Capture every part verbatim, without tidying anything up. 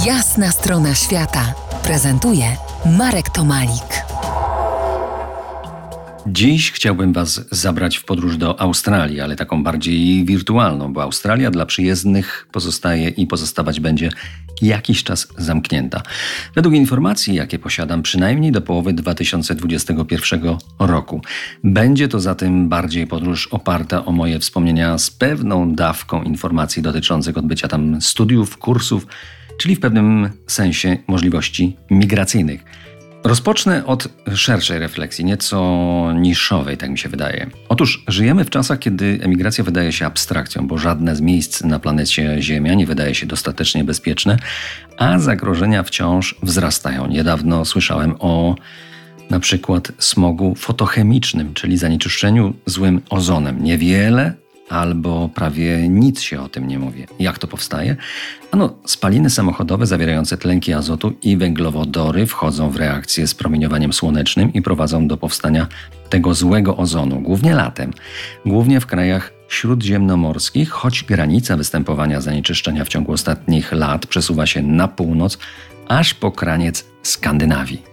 Jasna strona świata prezentuje Marek Tomalik. Dziś chciałbym Was zabrać w podróż do Australii, ale taką bardziej wirtualną, bo Australia dla przyjezdnych pozostaje i pozostawać będzie jakiś czas zamknięta. Według informacji, jakie posiadam, przynajmniej do połowy dwa tysiące dwudziestego pierwszego roku. Będzie to zatem bardziej podróż oparta o moje wspomnienia z pewną dawką informacji dotyczących odbycia tam studiów, kursów, czyli w pewnym sensie możliwości migracyjnych. Rozpocznę od szerszej refleksji, nieco niszowej, tak mi się wydaje. Otóż żyjemy w czasach, kiedy emigracja wydaje się abstrakcją, bo żadne z miejsc na planecie Ziemia nie wydaje się dostatecznie bezpieczne, a zagrożenia wciąż wzrastają. Niedawno słyszałem o na przykład smogu fotochemicznym, czyli zanieczyszczeniu złym ozonem. Niewiele albo prawie nic się o tym nie mówi. Jak to powstaje? Ano, spaliny samochodowe zawierające tlenki azotu i węglowodory wchodzą w reakcję z promieniowaniem słonecznym i prowadzą do powstania tego złego ozonu, głównie latem, głównie w krajach śródziemnomorskich, choć granica występowania zanieczyszczenia w ciągu ostatnich lat przesuwa się na północ, aż po kraniec Skandynawii.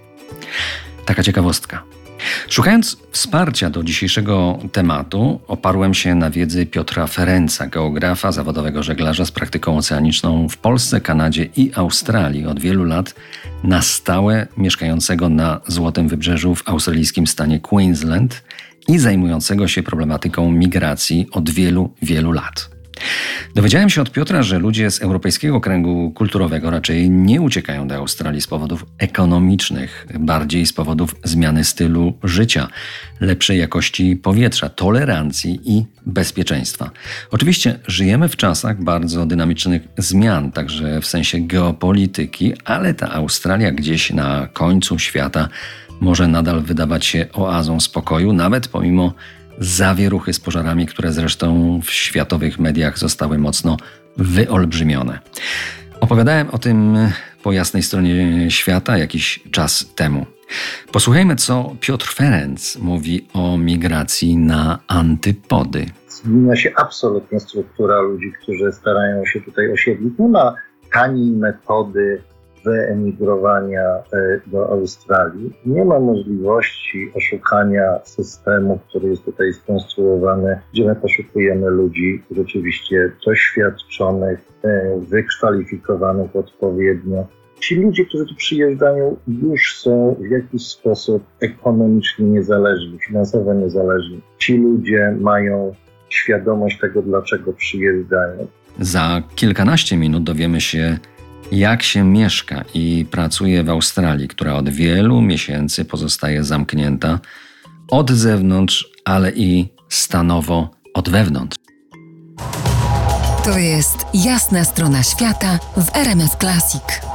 Taka ciekawostka. Szukając wsparcia do dzisiejszego tematu, oparłem się na wiedzy Piotra Ferenca, geografa, zawodowego żeglarza z praktyką oceaniczną w Polsce, Kanadzie i Australii, od wielu lat na stałe mieszkającego na Złotym Wybrzeżu w australijskim stanie Queensland i zajmującego się problematyką migracji od wielu, wielu lat. Dowiedziałem się od Piotra, że ludzie z europejskiego kręgu kulturowego raczej nie uciekają do Australii z powodów ekonomicznych, bardziej z powodów zmiany stylu życia, lepszej jakości powietrza, tolerancji i bezpieczeństwa. Oczywiście żyjemy w czasach bardzo dynamicznych zmian, także w sensie geopolityki, ale ta Australia gdzieś na końcu świata może nadal wydawać się oazą spokoju, nawet pomimo zawieruchy z pożarami, które zresztą w światowych mediach zostały mocno wyolbrzymione. Opowiadałem o tym po jasnej stronie świata jakiś czas temu. Posłuchajmy, co Piotr Ferenc mówi o migracji na antypody. Zmienia się absolutnie struktura ludzi, którzy starają się tutaj osiedlić. Nie ma taniej metody wyemigrowania do Australii. Nie ma możliwości oszukania systemu, który jest tutaj skonstruowany, gdzie my poszukujemy ludzi rzeczywiście doświadczonych, wykwalifikowanych odpowiednio. Ci ludzie, którzy tu przyjeżdżają, już są w jakiś sposób ekonomicznie niezależni, finansowo niezależni. Ci ludzie mają świadomość tego, dlaczego przyjeżdżają. Za kilkanaście minut dowiemy się, jak się mieszka i pracuje w Australii, która od wielu miesięcy pozostaje zamknięta od zewnątrz, ale i stanowo od wewnątrz. To jest Jasna strona świata w R M F Classic.